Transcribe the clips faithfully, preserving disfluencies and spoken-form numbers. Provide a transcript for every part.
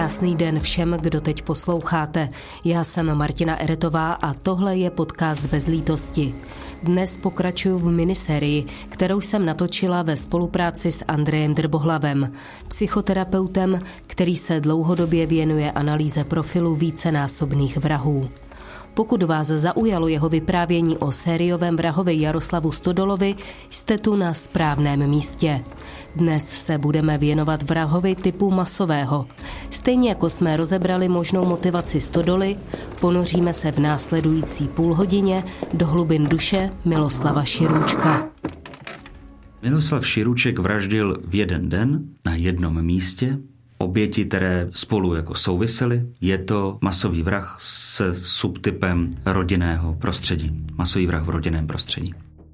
Krásný den všem, kdo teď posloucháte. Já jsem Martina Eretová a tohle je podcast Bez lítosti. Dnes pokračuju v minisérii, kterou jsem natočila ve spolupráci s Andrejem Drbohlavem, psychoterapeutem, který se dlouhodobě věnuje analýze profilu vícenásobných vrahů. Pokud vás zaujalo jeho vyprávění o sériovém vrahovi Jaroslavu Stodolovi, jste tu na správném místě. Dnes se budeme věnovat vrahovi typu masového. Stejně jako jsme rozebrali možnou motivaci Stodoly, ponoříme se v následující půlhodině do hlubin duše Miloslava Širůčka. Miloslav Širůček vraždil v jeden den na jednom místě oběti, které spolu jako souvisely. Je to masový vrah s subtypem rodinného prostředí. Masový vrah v rodinném prostředí.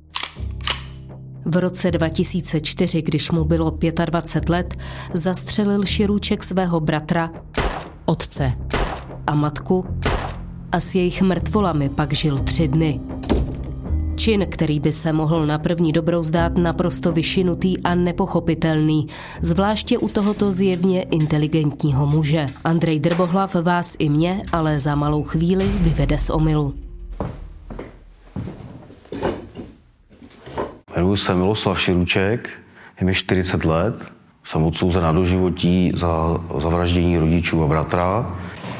V roce dva tisíce čtyři, když mu bylo dvacet pět let, zastřelil Širůček svého bratra, otce a matku a s jejich mrtvolami pak žil tři dny. Čin, který by se mohl na první dobrou zdát naprosto vyšinutý a nepochopitelný, zvláště u tohoto zjevně inteligentního muže. Andrej Drbohlav vás i mě, ale za malou chvíli vyvede z omylu. Jmenuji se Miloslav Širůček, je mi čtyřicet let, jsem odsouzen na doživotí za zavraždění rodičů a bratra.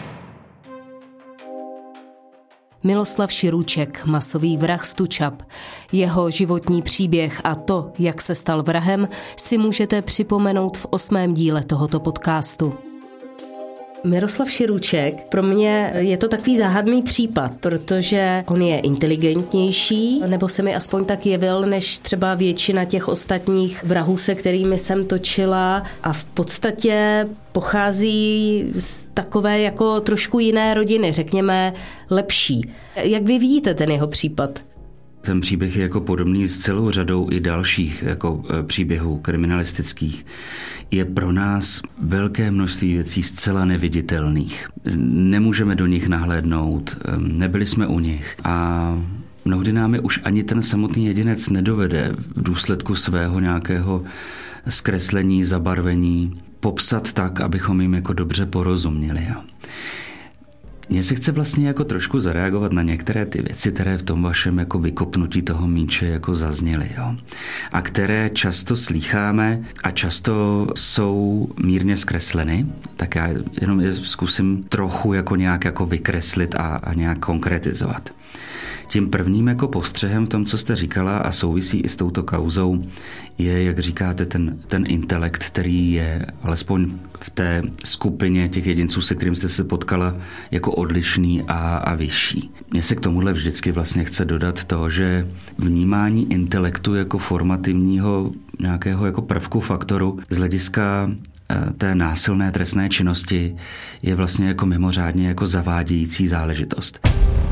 Miloslav Širůček, masový vrah Stučap. Jeho životní příběh a to, jak se stal vrahem, si můžete připomenout v osmém díle tohoto podcastu. Miroslav Širůček, pro mě je to takový záhadný případ, protože on je inteligentnější, nebo se mi aspoň tak jevil, než třeba většina těch ostatních vrahů, se kterými jsem točila, a v podstatě pochází z takové jako trošku jiné rodiny, řekněme lepší. Jak vy vidíte ten jeho případ? Ten příběh je jako podobný s celou řadou i dalších jako příběhů kriminalistických. Je pro nás velké množství věcí zcela neviditelných. Nemůžeme do nich nahlédnout, nebyli jsme u nich a mnohdy nám je už ani ten samotný jedinec nedovede v důsledku svého nějakého zkreslení, zabarvení popsat tak, abychom jim jako dobře porozuměli. Mně se chce vlastně jako trošku zareagovat na některé ty věci, které v tom vašem jako vykopnutí toho míče jako zazněly, jo. A které často slýcháme a často jsou mírně zkresleny, tak já jenom je zkusím trochu jako nějak jako vykreslit a, a nějak konkretizovat. Tím prvním jako postřehem v tom, co jste říkala a souvisí i s touto kauzou, je, jak říkáte, ten, ten intelekt, který je alespoň v té skupině těch jedinců, se kterým jste se potkala, jako odlišný a, a vyšší. Mně se k tomuhle vždycky vlastně chce dodat to, že vnímání intelektu jako formativního nějakého jako prvku faktoru z hlediska té násilné trestné činnosti je vlastně jako mimořádně jako zavádějící záležitost.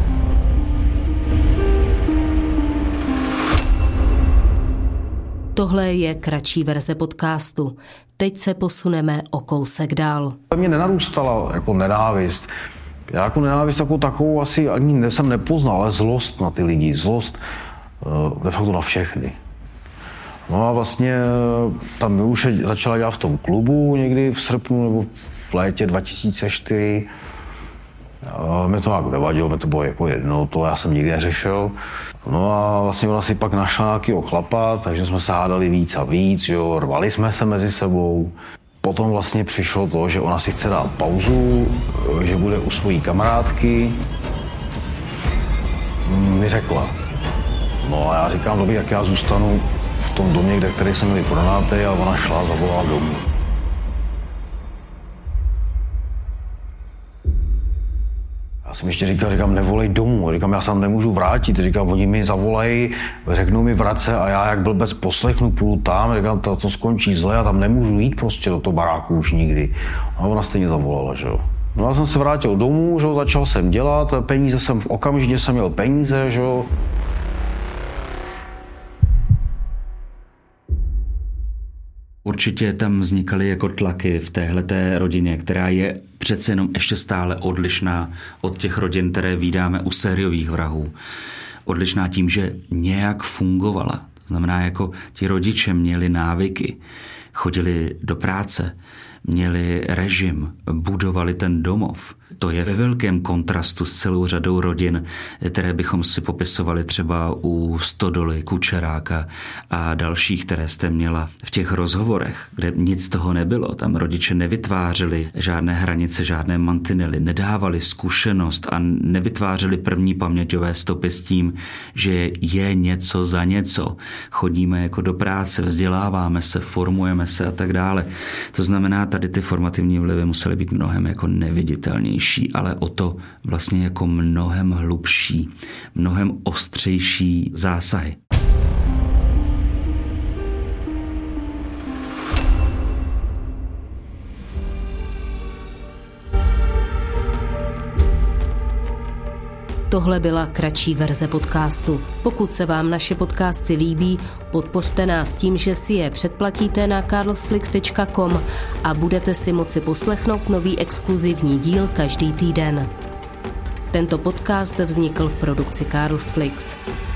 Tohle je kratší verze podcastu. Teď se posuneme o kousek dál. Mě nenarůstala jako nenávist. Já jako nenávist jako takovou asi ani jsem nepoznal, ale zlost na ty lidi, zlost de facto na všechny. No a vlastně tam my už začala dělat v tom klubu někdy v srpnu nebo v létě dva tisíce čtyři. Mě to jako nevadilo, mě to bylo jako jedno, tohle já jsem nikdy neřešil. No a vlastně ona si pak našla nějakýho chlapa, takže jsme se hádali víc a víc, jo, rvali jsme se mezi sebou. Potom vlastně přišlo to, že ona si chce dát pauzu, že bude u svojí kamarádky. Mi řekla. No a já říkám, dobrý, jak já zůstanu v tom domě, kde který jsme měli pronátý, a ona šla a zavolala domů. Já jsem ještě říkal, říkám, nevolej domů, říkám, já se tam nemůžu vrátit, říkám, oni mi zavolají, řeknou mi vrace a já jak blbec poslechnu, půjdu tam, říkám, to, to skončí zle, já tam nemůžu jít prostě do toho baráku už nikdy. A ona stejně zavolala, že jo. No já jsem se vrátil domů, že jo, začal jsem dělat, peníze jsem, v okamžitě jsem měl peníze, že jo. Určitě tam vznikaly jako tlaky v téhleté rodině, která je přece jenom ještě stále odlišná od těch rodin, které vídáme u sériových vrahů. Odlišná tím, že nějak fungovala. To znamená, jako ti rodiče měli návyky, chodili do práce, měli režim, budovali ten domov. To je ve velkém kontrastu s celou řadou rodin, které bychom si popisovali třeba u Stodoly, Kučeráka a dalších, které jste měla v těch rozhovorech, kde nic toho nebylo. Tam rodiče nevytvářeli žádné hranice, žádné mantinely, nedávali zkušenost a nevytvářeli první paměťové stopy s tím, že je něco za něco. Chodíme jako do práce, vzděláváme se, formujeme se a tak dále. To znamená, tady ty formativní vlivy musely být mnohem jako neviditelnější, ale o to vlastně jako mnohem hlubší, mnohem ostřejší zásahy. Tohle byla kratší verze podcastu. Pokud se vám naše podcasty líbí, podpořte nás tím, že si je předplatíte na carlsflix tečka com a budete si moci poslechnout nový exkluzivní díl každý týden. Tento podcast vznikl v produkci Carlsflix.